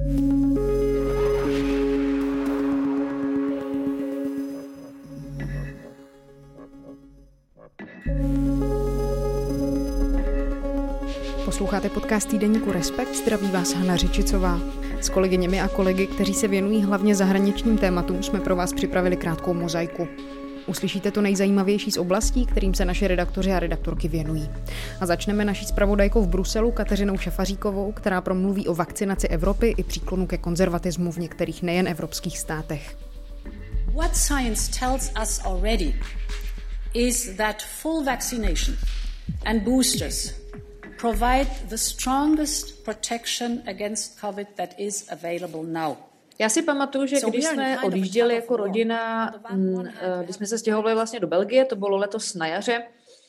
Posloucháte podcast týdeníku Respekt, zdraví vás Hana Řičicová. S kolegyněmi a kolegy, kteří se věnují hlavně zahraničním tématům, jsme pro vás připravili krátkou mozaiku. Uslyšíte to nejzajímavější z oblastí, kterým se naši redaktoři a redaktorky věnují. A začneme naší zpravodajkou v Bruselu Kateřinou Šafaříkovou, která promluví o vakcinaci Evropy i příklonu ke konzervatismu v některých nejen evropských státech. What science tells us already is that full vaccination and boosters provide the strongest protection against COVID that is available now. Já si pamatuju, že když jsme odjížděli jako rodina, když jsme se stěhovali vlastně do Belgie, to bylo letos na jaře,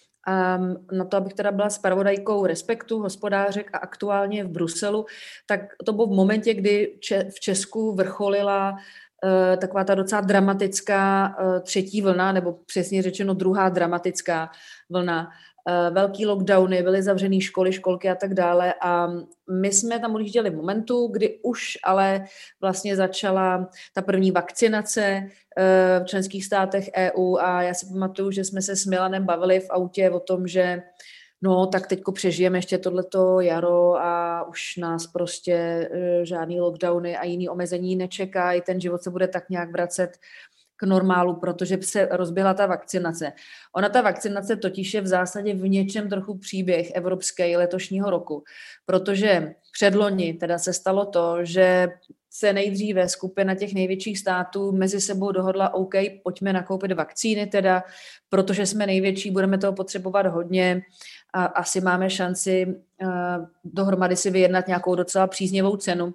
na to, abych teda byla zpravodajkou Respektu, hospodářek a aktuálně v Bruselu, tak to bylo v momentě, kdy v Česku vrcholila taková ta docela dramatická třetí vlna, nebo přesně řečeno druhá dramatická vlna. Velký lockdowny, byly zavřený školy, školky a tak dále a my jsme tam odjížděli v momentu, kdy už ale vlastně začala ta první vakcinace v členských státech EU a já si pamatuju, že jsme se s Milanem bavili v autě o tom, že no tak teďko přežijeme ještě tohleto jaro a už nás prostě žádný lockdowny a jiný omezení nečekají, ten život se bude tak nějak vracet k normálu, protože se rozběhla ta vakcinace. Ona ta vakcinace totiž je v zásadě v něčem trochu příběh evropský letošního roku, protože předloni teda se stalo to, že se nejdříve skupina těch největších států mezi sebou dohodla, OK, pojďme nakoupit vakcíny teda, protože jsme největší, budeme toho potřebovat hodně a asi máme šanci dohromady si vyjednat nějakou docela příznivou cenu.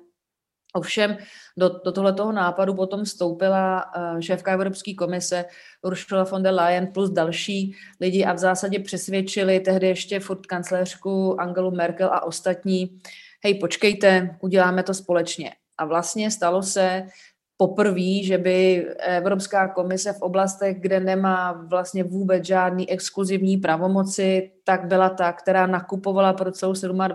Ovšem do tohletoho nápadu potom vstoupila šéfka Evropské komise Ursula von der Leyen plus další lidi a v zásadě přesvědčili tehdy ještě furt kancléřku Angelu Merkel a ostatní, hej, počkejte, uděláme to společně. A vlastně stalo se poprvé, že by Evropská komise v oblastech, kde nemá vlastně vůbec žádný exkluzivní pravomoci, tak byla ta, která nakupovala pro celou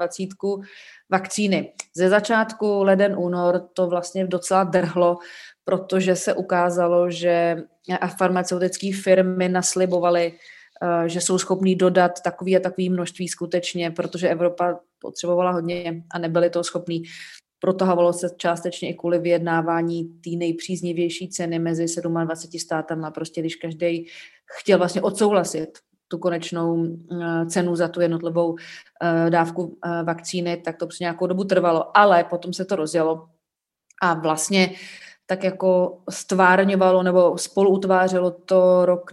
27 vakcíny. Ze začátku leden, únor to vlastně docela drhlo, protože se ukázalo, že farmaceutické firmy naslibovaly, že jsou schopní dodat takový a takový množství skutečně, protože Evropa potřebovala hodně a nebyli to schopní. Protahovalo se částečně i kvůli vyjednávání té nejpříznivější ceny mezi 27 státama a prostě když každý chtěl vlastně odsouhlasit tu konečnou cenu za tu jednotlivou dávku vakcíny, tak to prostě nějakou dobu trvalo, ale potom se to rozjelo a vlastně tak jako stvárňovalo nebo spoluutvářelo to rok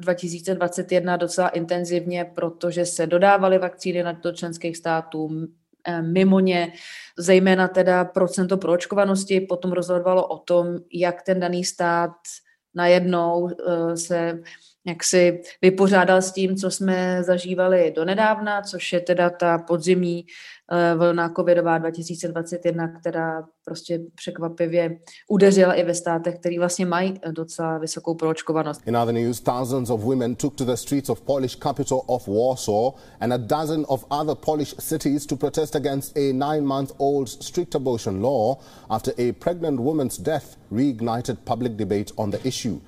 2021 docela intenzivně, protože se dodávaly vakcíny do členských států, mimo ně, zejména teda procento proočkovanosti, potom rozhodovalo o tom, jak ten daný stát najednou se jaksi vypořádal s tím, co jsme zažívali donedávna, což je teda ta podzimní vlna covidová 2021, která prostě překvapivě udeřila i ve státech, který vlastně mají docela vysokou proočkovanost. In other news, thousands of women took to the streets of Polish capital of Warsaw and a dozen of other Polish cities to protest against a 9-month-old strict abortion law after a pregnant woman's death reignited public debate on the issue.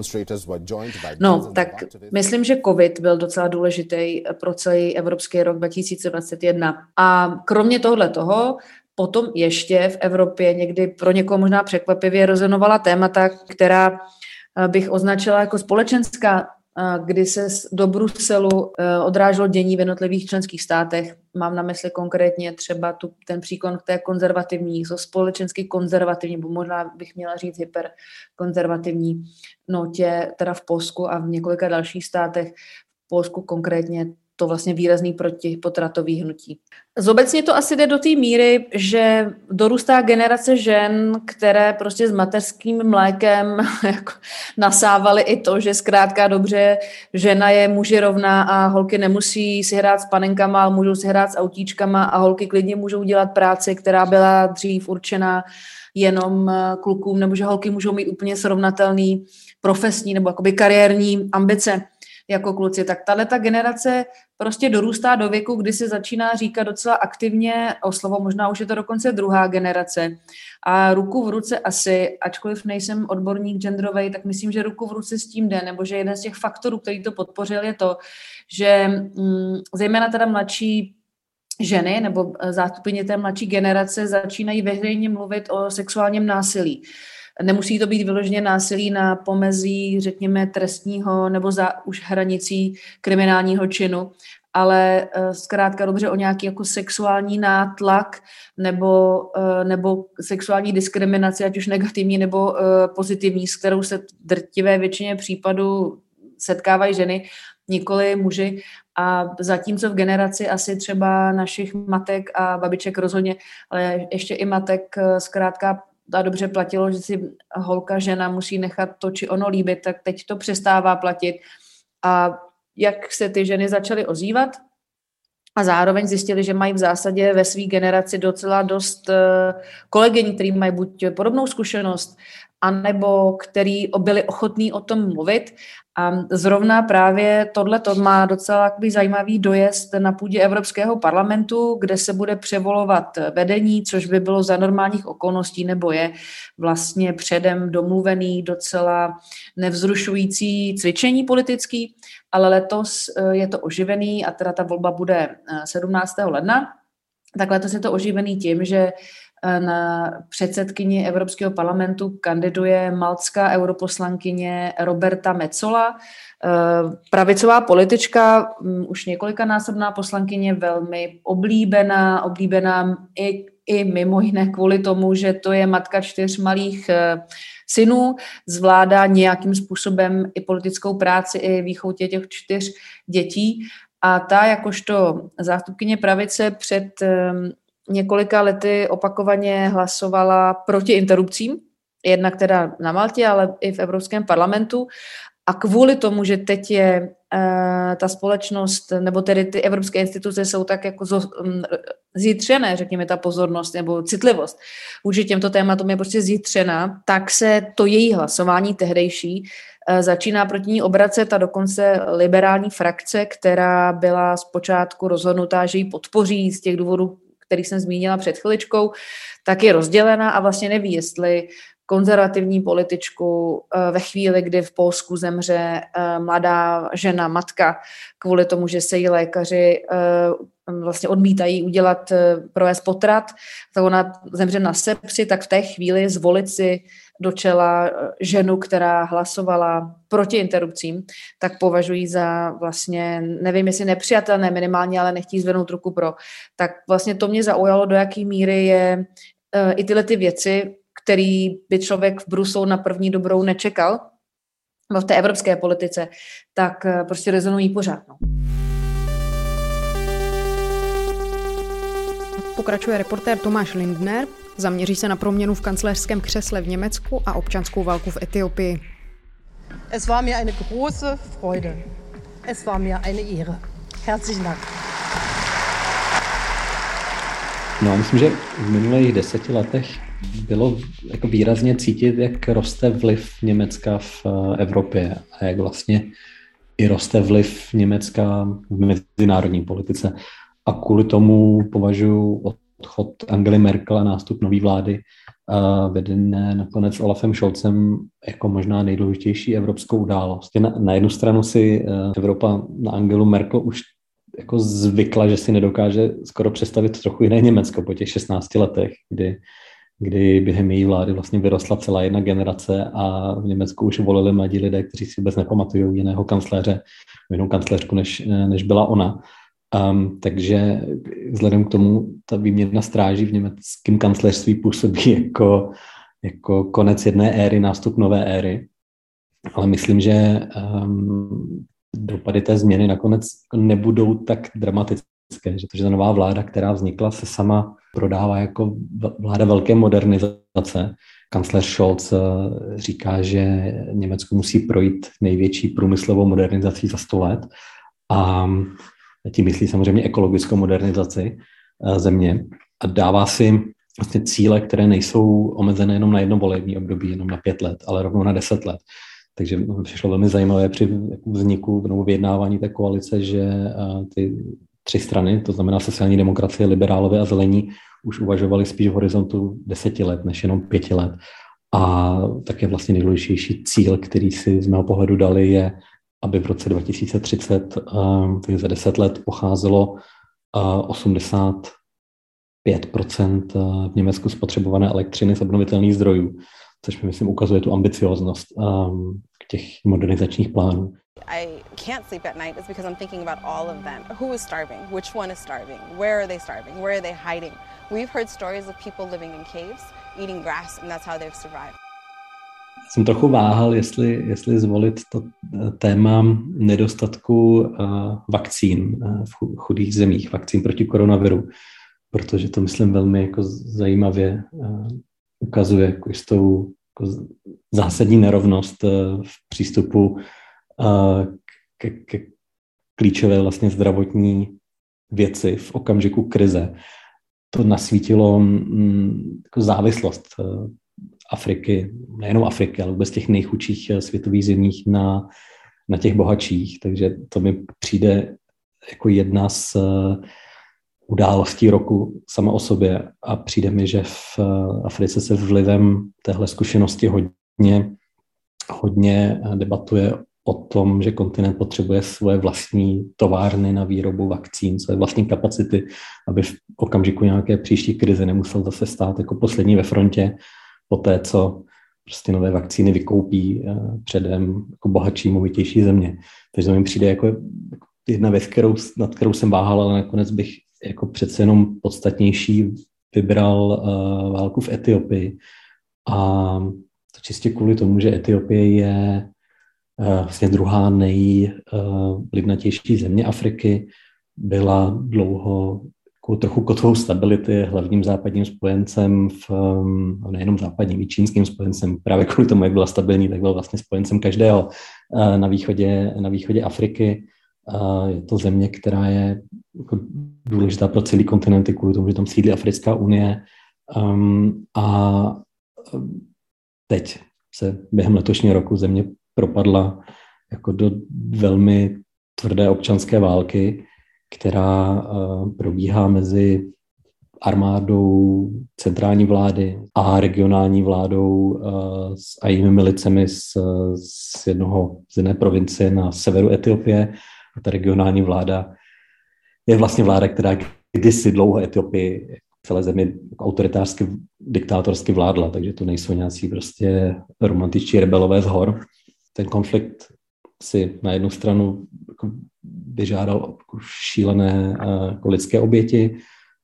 No, tak myslím, že COVID byl docela důležitý pro celý evropský rok 2021. A kromě toho, potom ještě v Evropě někdy pro někoho možná překvapivě rezonovala témata, která bych označila jako společenská, kdy se do Bruselu odráželo dění v jednotlivých členských státech. Mám na mysli konkrétně třeba ten příklon k té konzervativní, společensky konzervativní, nebo možná bych měla říct hyperkonzervativní notě, teda v Polsku a v několika dalších státech. V Polsku konkrétně to vlastně výrazný protipotratový hnutí. Zobecně to asi jde do té míry, že dorůstá generace žen, které prostě s mateřským mlékem jako nasávaly i to, že zkrátka dobře žena je muži rovná a holky nemusí si hrát s panenkama, ale můžou si hrát s autíčkama a holky klidně můžou dělat práci, která byla dřív určená jenom klukům, nebo že holky můžou mít úplně srovnatelný profesní nebo jakoby kariérní ambice jako kluci, tak tato generace prostě dorůstá do věku, kdy se začíná říkat docela aktivně o slovo, možná už je to dokonce druhá generace. A ruku v ruce asi, ačkoliv nejsem odborník genderovej, tak myslím, že ruku v ruce s tím jde, nebo že jeden z těch faktorů, který to podpořil, je to, že zejména teda mladší ženy nebo zástupkyně té mladší generace začínají veřejně mluvit o sexuálním násilí. Nemusí to být vyloženě násilí na pomezí, řekněme, trestního nebo za už hranicí kriminálního činu, ale zkrátka dobře o nějaký jako sexuální nátlak nebo sexuální diskriminaci, ať už negativní nebo pozitivní, s kterou se v drtivé většině případů setkávají ženy, nikoli muži. A zatímco v generaci asi třeba našich matek a babiček rozhodně, ale ještě i matek zkrátka a dobře platilo, že si holka, žena musí nechat to či ono líbit, tak teď to přestává platit. A jak se ty ženy začaly ozývat a zároveň zjistili, že mají v zásadě ve své generaci docela dost kolegyň, který mají buď podobnou zkušenost, anebo který byli ochotní o tom mluvit. A zrovna právě tohleto má docela zajímavý dojezd na půdě Evropského parlamentu, kde se bude převolovat vedení, což by bylo za normálních okolností, nebo je vlastně předem domluvený docela nevzrušující cvičení politický, ale letos je to oživený a teda ta volba bude 17. ledna. Tak letos je to oživený tím, že na předsedkyni Evropského parlamentu kandiduje maltská europoslankyně Roberta Metsola, pravicová politička, už několikanásobná poslankyně, velmi oblíbená i mimo jiné kvůli tomu, že to je matka 4 malých synů, zvládá nějakým způsobem i politickou práci, i výchovu těch 4 dětí. A ta jakožto zástupkyně pravice před několika lety opakovaně hlasovala proti interrupcím, jednak teda na Maltě, ale i v Evropském parlamentu. A kvůli tomu, že teď je ta společnost, nebo tedy ty evropské instituce jsou tak jako zjitřené, řekněme, ta pozornost nebo citlivost vůči těmto tématům je prostě zjitřená, tak se to její hlasování tehdejší začíná proti ní obracet a dokonce liberální frakce, která byla zpočátku rozhodnutá, že ji podpoří z těch důvodů, který jsem zmínila před chviličkou, tak je rozdělená a vlastně neví, jestli konzervativní političku ve chvíli, kdy v Polsku zemře mladá žena, matka, kvůli tomu, že se jí lékaři vlastně odmítají provést potrat, tak ona zemře na sepsi, tak v té chvíli zvolit si do čela ženu, která hlasovala proti interrupcím, tak považují za vlastně, nevím, jestli nepřijatelné minimálně, ale nechtějí zvednout ruku pro. Tak vlastně to mě zaujalo, do jaký míry je i tyhle ty věci, který by člověk v Bruselu na první dobrou nečekal, v té evropské politice, tak prostě rezonují pořád. No. Pokračuje reportér Tomáš Lindner, zaměří se na proměnu v kancléřském křesle v Německu a občanskou válku v Etiopii. Es war mir eine große Freude. Es war mir eine Ehre. Herzlichen Dank. No, myslím, že v minulých 10 letech bylo jako výrazně cítit, jak roste vliv Německa v Evropě a jak vlastně i roste vliv Německa v mezinárodní politice. A kvůli tomu považuji odchod Angely Merkel a nástup nové vlády vedené nakonec Olafem Scholzem jako možná nejdůležitější evropskou událost. Na jednu stranu si Evropa na Angelu Merkel už jako zvykla, že si nedokáže skoro představit trochu jiné Německo po těch 16 letech, kdy během její vlády vlastně vyrostla celá jedna generace a v Německu už volili mladí lidé, kteří si vůbec nepamatují jiného kancléře, jinou kancléřku, než byla ona. Takže vzhledem k tomu ta výměna stráží v německém kancléřství působí jako konec jedné éry, nástup nové éry. Ale myslím, že dopady té změny nakonec nebudou tak dramatické, že ta nová vláda, která vznikla, se sama prodává jako vláda velké modernizace. Kancléř Scholz říká, že Německo musí projít největší průmyslovou modernizací za 100 let a tím myslí samozřejmě ekologickou modernizaci země a dává si vlastně cíle, které nejsou omezené jenom na jedno volební období, jenom na 5 let, ale rovnou na 10 let. Takže přišlo velmi zajímavé při vzniku nebo vyjednávání té koalice, že ty 3 strany, to znamená sociální demokracie, liberálové a zelení, už uvažovali spíš v horizontu 10 let, než jenom 5 let. A také vlastně nejdůležitější cíl, který si z mého pohledu dali, je, aby v roce 2030, takže za 10 let, pocházelo 85% v Německu spotřebované elektřiny z obnovitelných zdrojů, což mi myslím ukazuje tu ambicioznost těch modernizačních plánů. I can't sleep at night is because I'm thinking about all of them. Who is starving? Which one is starving? Where are they starving? Where are they hiding? We've heard stories of people living in caves, eating grass, and that's how they've survived. Jsem trochu váhal, jestli zvolit to téma nedostatku vakcín v chudých zemích, vakcín proti koronaviru, protože to myslím velmi jako zajímavě ukazuje jako jistou jako zásadní nerovnost v přístupu k klíčové vlastně zdravotní věci v okamžiku krize. To nasvítilo jako závislost Afriky, nejenom Afriky, ale vůbec těch nejchudších světových zemích na těch bohatších. Takže to mi přijde jako jedna z událostí roku sama o sobě a přijde mi, že v Africe se vlivem téhle zkušenosti hodně debatuje o tom, že kontinent potřebuje svoje vlastní továrny na výrobu vakcín, své vlastní kapacity, aby v okamžiku nějaké příští krize nemusel zase stát jako poslední ve frontě po té, co prostě nové vakcíny vykoupí předem jako bohatší, movitější země. Takže to mi přijde jako jedna věc, nad kterou jsem váhal, ale nakonec bych jako přece jenom podstatnější vybral válku v Etiopii. A to čistě kvůli tomu, že Etiopie je vlastně druhá nejlidnatější země Afriky, byla dlouho trochu kotvou stability, hlavním západním spojencem, nejenom západním, i čínským spojencem. Právě kvůli tomu, jak byla stabilní, tak byl vlastně spojencem každého na východě Afriky. Je to země, která je jako důležitá pro celý kontinent, kvůli tomu, že tam sídlí Africká unie. A teď se během letošního roku země propadla jako do velmi tvrdé občanské války, která probíhá mezi armádou centrální vlády a regionální vládou a jejími milicemi z jedné provincie na severu Etiopie. A ta regionální vláda je vlastně vláda, která kdysi dlouho Etiopii celé zemi autoritářsky, diktátorsky vládla, takže to nejsou nějací prostě romantičtí rebelové z hor. Ten konflikt si na jednu stranu vyžádal šílené lidské oběti.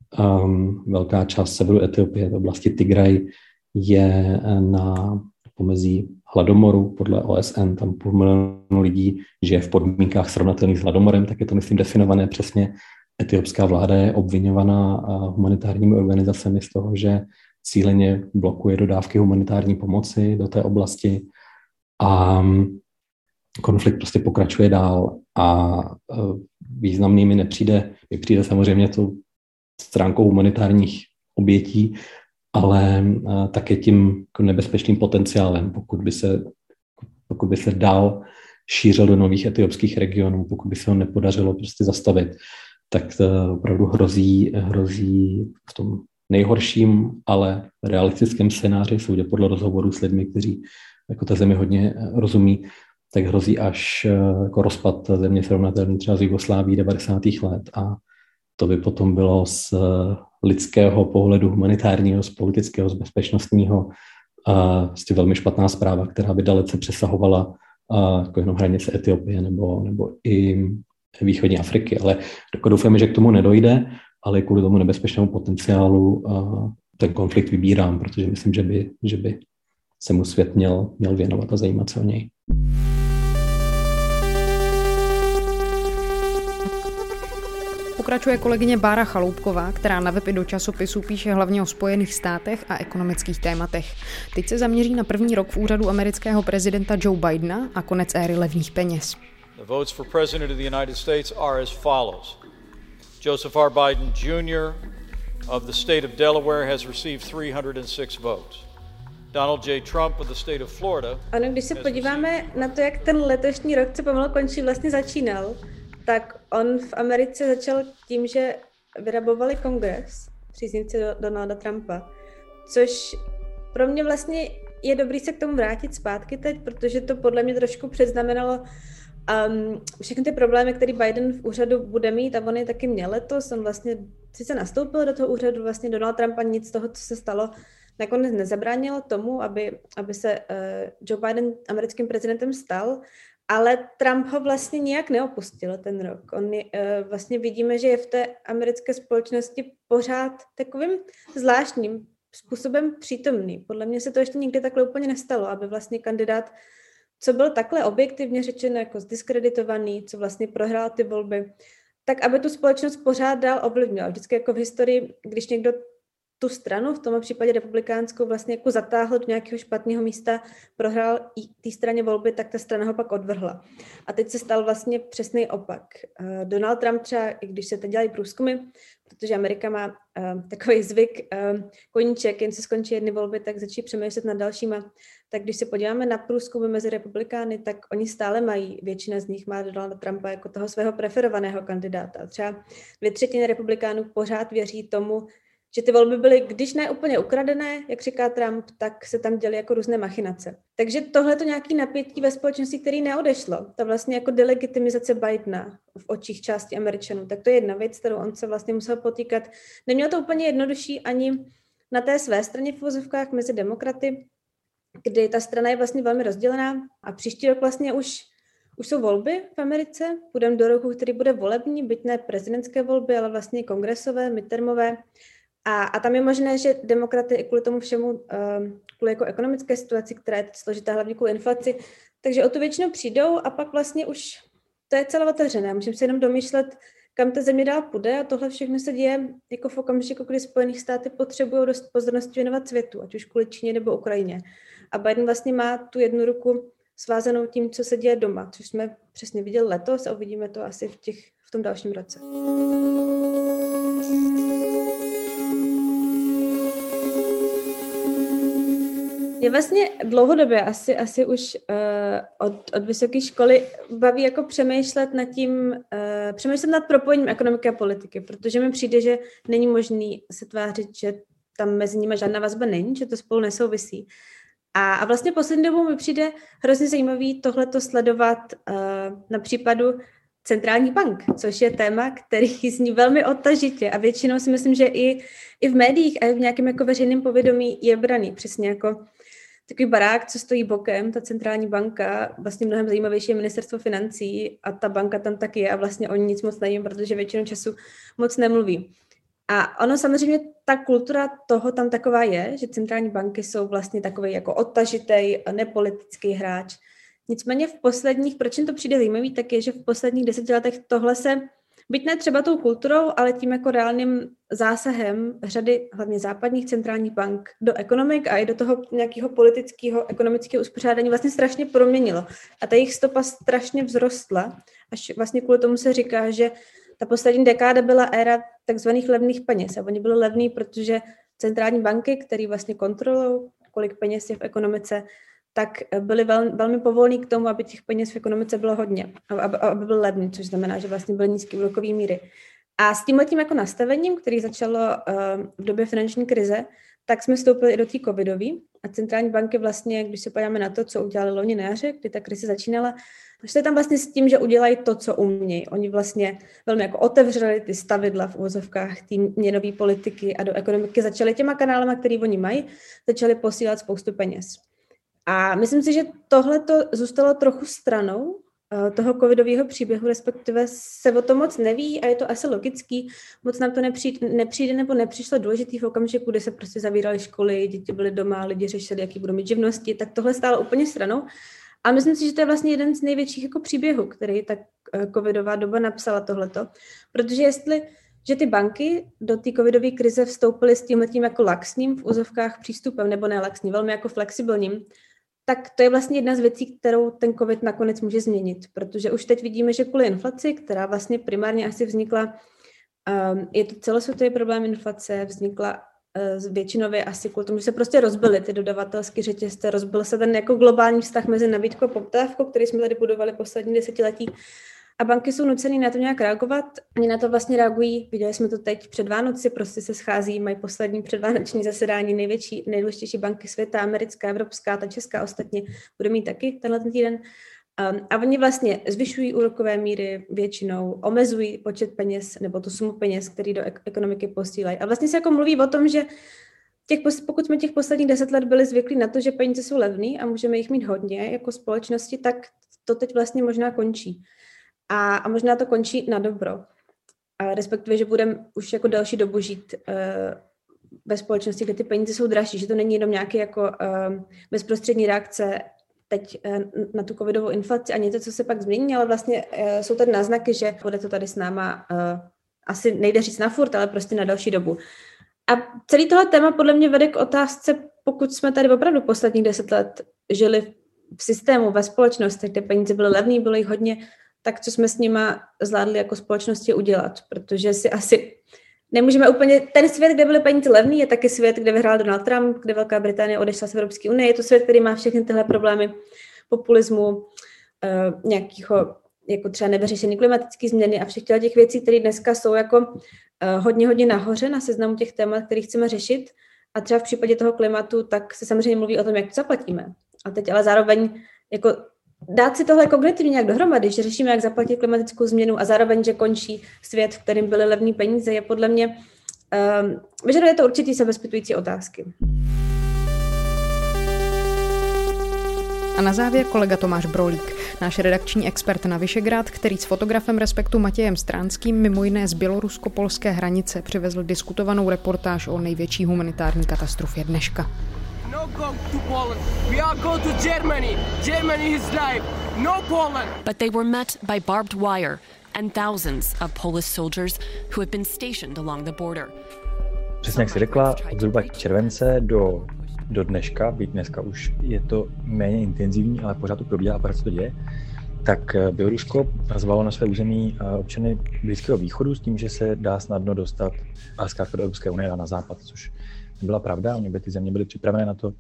Velká část severu Etiopie, v oblasti Tigraj, je na pomezí hladomoru podle OSN. Tam 500 000 lidí žije v podmínkách srovnatelných s hladomorem, tak je to, myslím, definované přesně. Etiopská vláda je obviňovaná humanitárními organizacemi z toho, že cíleně blokuje dodávky humanitární pomoci do té oblasti a konflikt prostě pokračuje dál a významný mi přijde samozřejmě tou stránkou humanitárních obětí, ale také tím nebezpečným potenciálem, pokud by se dál šířil do nových etiopských regionů, pokud by se ho nepodařilo prostě zastavit, tak to opravdu hrozí v tom nejhorším, ale realistickém scénáři, soudě podle rozhovorů s lidmi, kteří jako té zemi hodně rozumí, tak hrozí až jako rozpad země srovnatelný třeba z Jugoslávii 90. let a to by potom bylo z lidského pohledu, humanitárního, z politického, z bezpečnostního vlastně velmi špatná zpráva, která by dalece přesahovala jako jenom hranice Etiopie nebo i východní Afriky. Ale doufáme, že k tomu nedojde, ale kvůli tomu nebezpečnému potenciálu ten konflikt vybírám, protože myslím, že by se mu svět měl věnovat a zajímat se o něj. Pokračuje kolegyně Bára Chaloupková, která na web i do časopisu píše hlavně o Spojených státech a ekonomických tématech. Teď se zaměří na první rok v úřadu amerického prezidenta Joe Bidena a konec éry levných peněz. The votes for President of the United States are as follows. Joseph R. Biden Jr. of the state of Delaware has received 306 votes. Donald J. Trump of the state of Florida. Ano, když se podíváme na to, jak ten letošní rok, co pomalu končí, vlastně začínal, tak on v Americe začal tím, že vyrabovali kongres, příznivci Donalda Trumpa, což pro mě vlastně je dobrý se k tomu vrátit zpátky teď, protože to podle mě trošku předznamenalo všechny ty problémy, které Biden v úřadu bude mít, a on je taky měl letos. On vlastně sice nastoupil do toho úřadu, vlastně Donald Trump a nic z toho, co se stalo, nakonec nezabránilo tomu, aby se Joe Biden americkým prezidentem stal, ale Trump ho vlastně nijak neopustil ten rok. Vlastně vidíme, že je v té americké společnosti pořád takovým zvláštním způsobem přítomný. Podle mě se to ještě nikdy takhle úplně nestalo, aby vlastně kandidát, co byl takhle objektivně řečeno jako zdiskreditovaný, co vlastně prohrál ty volby, tak aby tu společnost pořád dál ovlivnil. Vždycky jako v historii, když někdo tu stranu, v tomhle případě republikánskou, vlastně jako zatáhl do nějakého špatného místa, prohrál i té straně volby, tak ta strana ho pak odvrhla. A teď se stal vlastně přesný opak. Donald Trump třeba, i když se teď dělají průzkumy, protože Amerika má takový zvyk, koníček, jen se skončí jedny volby, tak začí přemýšlet nad dalšíma. Tak když se podíváme na průzkumy mezi republikány, tak oni stále mají, většina z nich má Donalda Trumpa jako toho svého preferovaného kandidáta. Třeba 2/3 republikánů pořád věří tomu, že ty volby byly, když ne úplně ukradené, jak říká Trump, tak se tam děly jako různé machinace. Takže tohle to nějaké napětí ve společnosti, který neodešlo, to vlastně jako delegitimizace Bidena v očích části Američanů, tak to je jedna věc, kterou on se vlastně musel potýkat. Neměl to úplně jednodušší ani na té své straně v uvozovkách mezi demokraty, kdy ta strana je vlastně velmi rozdělená a příští rok vlastně už jsou volby v Americe, půjdeme do roku, který bude volební, byť ne prezidentské volby, ale vlastně kongresové, midtermové. A tam je možné, že demokraty i kvůli tomu všemu, kvůli jako ekonomické situaci, která je složitá hlavně kvůli inflaci, takže o tu většinu přijdou a pak vlastně už to je celé otevřené. Musím si jenom domýšlet, kam ta země dál půjde, a tohle všechno se děje jako v okamžiku, kdy Spojených státy potřebují dost pozornosti věnovat světu, ať už kvůli Číně nebo Ukrajině. A Biden vlastně má tu jednu ruku svázanou tím, co se děje doma, což jsme přesně viděli letos a uvidíme to asi v tom dalším roce. Mě vlastně dlouhodobě asi už od vysoké školy baví jako přemýšlet nad propojením ekonomiky a politiky, protože mi přijde, že není možný se tvářit, že tam mezi nimi žádná vazba není, že to spolu nesouvisí. A vlastně poslední dobou mi přijde hrozně zajímavý tohleto sledovat na případu centrální bank, což je téma, který zní velmi odtažitě a většinou si myslím, že i v médiích a i v nějakém jako veřejném povědomí je braný přesně jako takový barák, co stojí bokem, ta centrální banka, vlastně mnohem zajímavější je ministerstvo financí a ta banka tam taky je a vlastně oni nic moc nevím, protože většinu času moc nemluví. A ono samozřejmě, ta kultura toho tam taková je, že centrální banky jsou vlastně takový jako odtažitej, nepolitický hráč. Nicméně proč jim to přijde zajímavý, tak je, že v posledních 10 letech tohle se, byť ne třeba tou kulturou, ale tím jako reálným zásahem řady hlavně západních centrálních bank do ekonomik a i do toho nějakého politického, ekonomického uspořádání vlastně strašně proměnilo. A ta jejich stopa strašně vzrostla, až vlastně kvůli tomu se říká, že ta poslední dekáda byla éra takzvaných levných peněz. A oni byly levný, protože centrální banky, které vlastně kontrolují, kolik peněz je v ekonomice, tak byly velmi povolní k tomu, aby těch peněz v ekonomice bylo hodně, aby byl levný, což znamená, že vlastně byly nízké úrokové míry. A s tímhletím jako nastavením, který začalo v době finanční krize, tak jsme vstoupili i do té covidové a centrální banky vlastně, když se podíváme na to, co udělali loni na jaře, kdy ta krize začínala, šli tam vlastně s tím, že udělají to, co umějí. Oni vlastně velmi jako otevřeli ty stavidla v uvozovkách té měnové politiky a do ekonomiky začali těma kanálama, který oni mají, začali posílat spoustu peněz. A myslím si, že tohle to zůstalo trochu stranou toho covidového příběhu, respektive se o tom moc neví a je to asi logický. Moc nám to nepřijde nebo nepřišlo důležitý v okamžiku, kdy se prostě zavíraly školy, děti byly doma, lidi řešili, jaký budou mít živnosti, tak tohle stálo úplně stranou. A myslím si, že to je vlastně jeden z největších jako příběhů, který ta covidová doba napsala tohleto. Protože že ty banky do té covidové krize vstoupily s tímhletím jako laxním v úzovkách přístupem, nebo ne laxním, velmi jako flexibilním, tak to je vlastně jedna z věcí, kterou ten covid nakonec může změnit, protože už teď vidíme, že kvůli inflaci, která vlastně primárně asi vznikla, je to celosvětový problém inflace, vznikla většinově asi kvůli tomu, že se prostě rozbily ty dodavatelské řetězce, rozbil se ten jako globální vztah mezi nabídkou a poptávkou, který jsme tady budovali poslední desetiletí. A banky jsou nucený na to nějak reagovat. Oni na to vlastně reagují, viděli jsme to teď před Vánoci, prostě se schází, mají poslední předvánoční zasedání, nejdůležitější banky světa, americká, evropská, ta česká ostatně bude mít taky tenhle týden. A oni vlastně zvyšují úrokové míry většinou, omezují počet peněz nebo tu sumu peněz, který do ekonomiky posílají. A vlastně se jako mluví o tom, že pokud jsme těch posledních 10 let byli zvyklí na to, že peníze jsou levný a můžeme jich mít hodně jako společnosti, tak to teď vlastně možná končí. A možná to končí na dobro. A respektive, že budeme už jako další dobu žít ve společnosti, kde ty peníze jsou dražší, že to není jenom nějaký jako bezprostřední reakce teď na tu covidovou inflaci a něco, co se pak změní, ale vlastně jsou tady náznaky, že bude to tady s náma asi nejde říct na furt, ale prostě na další dobu. A celý tohle téma podle mě vede k otázce, pokud jsme tady opravdu posledních 10 let žili v systému, ve společnosti, kde peníze byly levný, bylo jich hodně, tak co jsme s nima zvládli jako společnosti udělat, protože si asi nemůžeme úplně, ten svět, kde byly peníze levný, je taky svět, kde vyhrál Donald Trump, kde Velká Británie odešla z Evropské unie, je to svět, který má všechny tyhle problémy populismu, nějakého jako třeba nevyřešené klimatické změny a všech těch věcí, které dneska jsou jako hodně nahoře na seznamu těch témat, které chceme řešit. A třeba v případě toho klimatu, tak se samozřejmě mluví o tom, jak to zaplatíme. A teď ale zároveň jako dát si tohle kognitivně nějak dohromady, že řešíme, jak zaplatit klimatickou změnu a zároveň, že končí svět, v kterém byly levné peníze, je podle mě, vyžaduje to určitý sebezpytující otázky. A na závěr kolega Tomáš Brolík, náš redakční expert na Vyšegrád, který s fotografem Respektu Matějem Stránským mimo jiné z bělorusko-polské hranice přivezl diskutovanou reportáž o největší humanitární katastrofě dneška. No go to Poland. We are go to Germany. Germany is life. No Poland. But they were met by barbed wire and thousands of Polish soldiers who have been stationed along the border. Přesně jak jsi řekla, od zhruba července do dneška, byť dneska už je to méně intenzivní, ale pořád to probíhá a pořád se to děje, tak Bělorusko zvalo na své území občany Blízkého východu s tím, že se dá snadno dostat zkrátka do Evropské unie a na západ, což nebyla pravda. Oni by ty země byly připravené na to,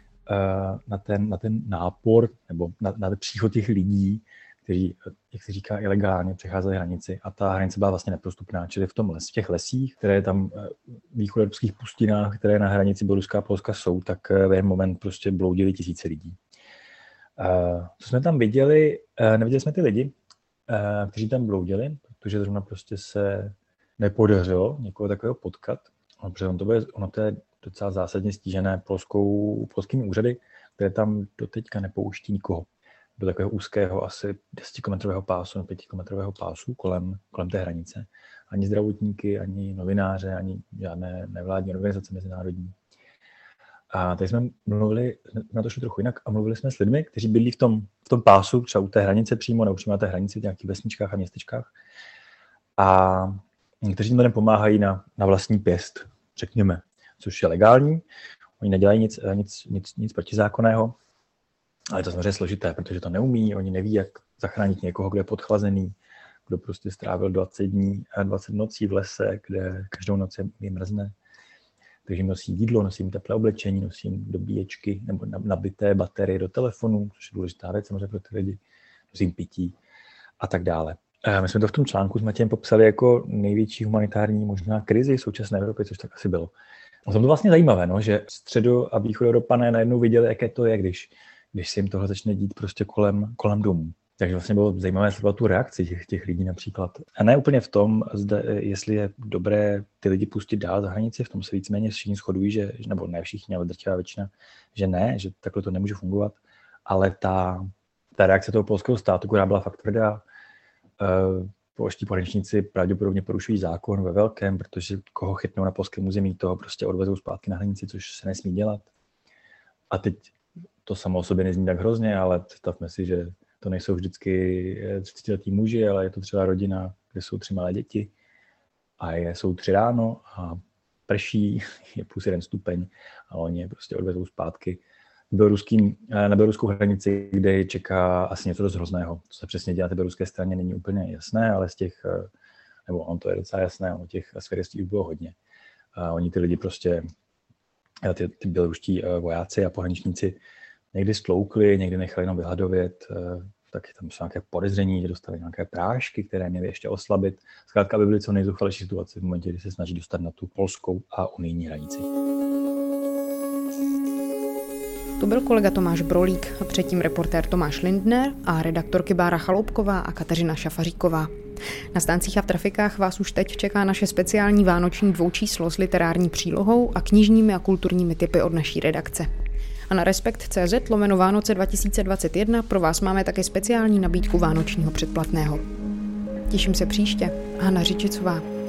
na ten nápor nebo na ten příchod těch lidí, kteří, jak se říká, ilegálně přecházeli hranici a ta hranice byla vlastně neprostupná, čili v těch lesích, které tam východoevropských pustinách, které na hranici Běloruska a Polska jsou, tak v jeden moment prostě bloudili tisíce lidí. Co jsme tam viděli, neviděli jsme ty lidi, kteří tam bloudili, protože zrovna prostě se nepodařilo někoho takového potkat. Ono to je docela zásadně stížené polskými úřady, které tam doteďka nepouští nikoho do takového úzkého asi 10kilometrového pásu nebo 5kilometrového pásu kolem té hranice. Ani zdravotníky, ani novináře, ani žádné nevládní organizace mezinárodní. A tady jsme mluvili, na to šlo trochu jinak, a mluvili jsme s lidmi, kteří bydlí v tom pásu, třeba u té hranice přímo, nebo přímo na té hranici v nějakých vesničkách a městečkách. A někteří jim lidem pomáhají na vlastní pěst, řekněme, což je legální. Oni nedělají nic protizákonného, ale je to samozřejmě složité, protože to neumí, oni neví, jak zachránit někoho, kdo je podchlazený, kdo prostě strávil 20 dní a 20 nocí v lese, kde každou noc je mrzne. Takže nosí jídlo, nosím teplé oblečení, nosím dobíječky nebo nabité baterie do telefonu, což je důležitá věc samozřejmě pro ty lidi, nosím pití a tak dále. My jsme to v tom článku s Matějem popsali jako největší humanitární možná krizi současné Evropy, což tak asi bylo. A to vlastně zajímavé, no, že středo- a východoevropané najednou viděli, jaké to je, když se jim tohle začne dít prostě kolem domů. Takže vlastně bylo zajímavé sledovat tu reakci těch lidí například. A ne úplně v tom, jestli je dobré ty lidi pustit dál za hranici, v tom se víceméně všichni shodují, že, nebo ne všichni, ale drtivá většina, že ne, že takhle to nemůže fungovat. Ale ta reakce toho polského státu, která byla fakt tvrdá, polští pohraničníci pravděpodobně porušují zákon ve velkém, protože koho chytnou na polském území, toho prostě odvezou zpátky na hranici, což se nesmí dělat. A teď to samo o sobě nezní tak hrozně, ale představme si, že to nejsou vždycky 30letí muži, ale je to třeba rodina, kde jsou 3 malé děti a jsou 3 ráno a prší, je +1 stupeň a oni je prostě odvezou zpátky na běloruskou hranici, kde je čeká asi něco dost hrozného. Co se přesně dělá na té běloruské straně, není úplně jasné, ale nebo on to je docela jasné, o těch svědectví už bylo hodně. Oni ty lidi prostě ty běloruští vojáci a pohraničníci někdy stloukli, někdy nechali jenom vyhladovět, taky tam jsou nějaké podezření, že dostali nějaké prášky, které měly ještě oslabit. Zkrátka, aby byly co nejzoufalejší situace v momentě, kdy se snaží dostat na tu polskou a unijní hranici. To byl kolega Tomáš Brolík, a předtím reportér Tomáš Lindner a redaktorky Bára Chaloupková a Kateřina Šafaříková. Na stáncích a v trafikách vás už teď čeká naše speciální vánoční dvoučíslo s literární přílohou a knižními a kulturními tipy od naší redakce. A na Respekt.cz/Vánoce 2021 pro vás máme také speciální nabídku vánočního předplatného. Těším se příště. Hana Řičicová.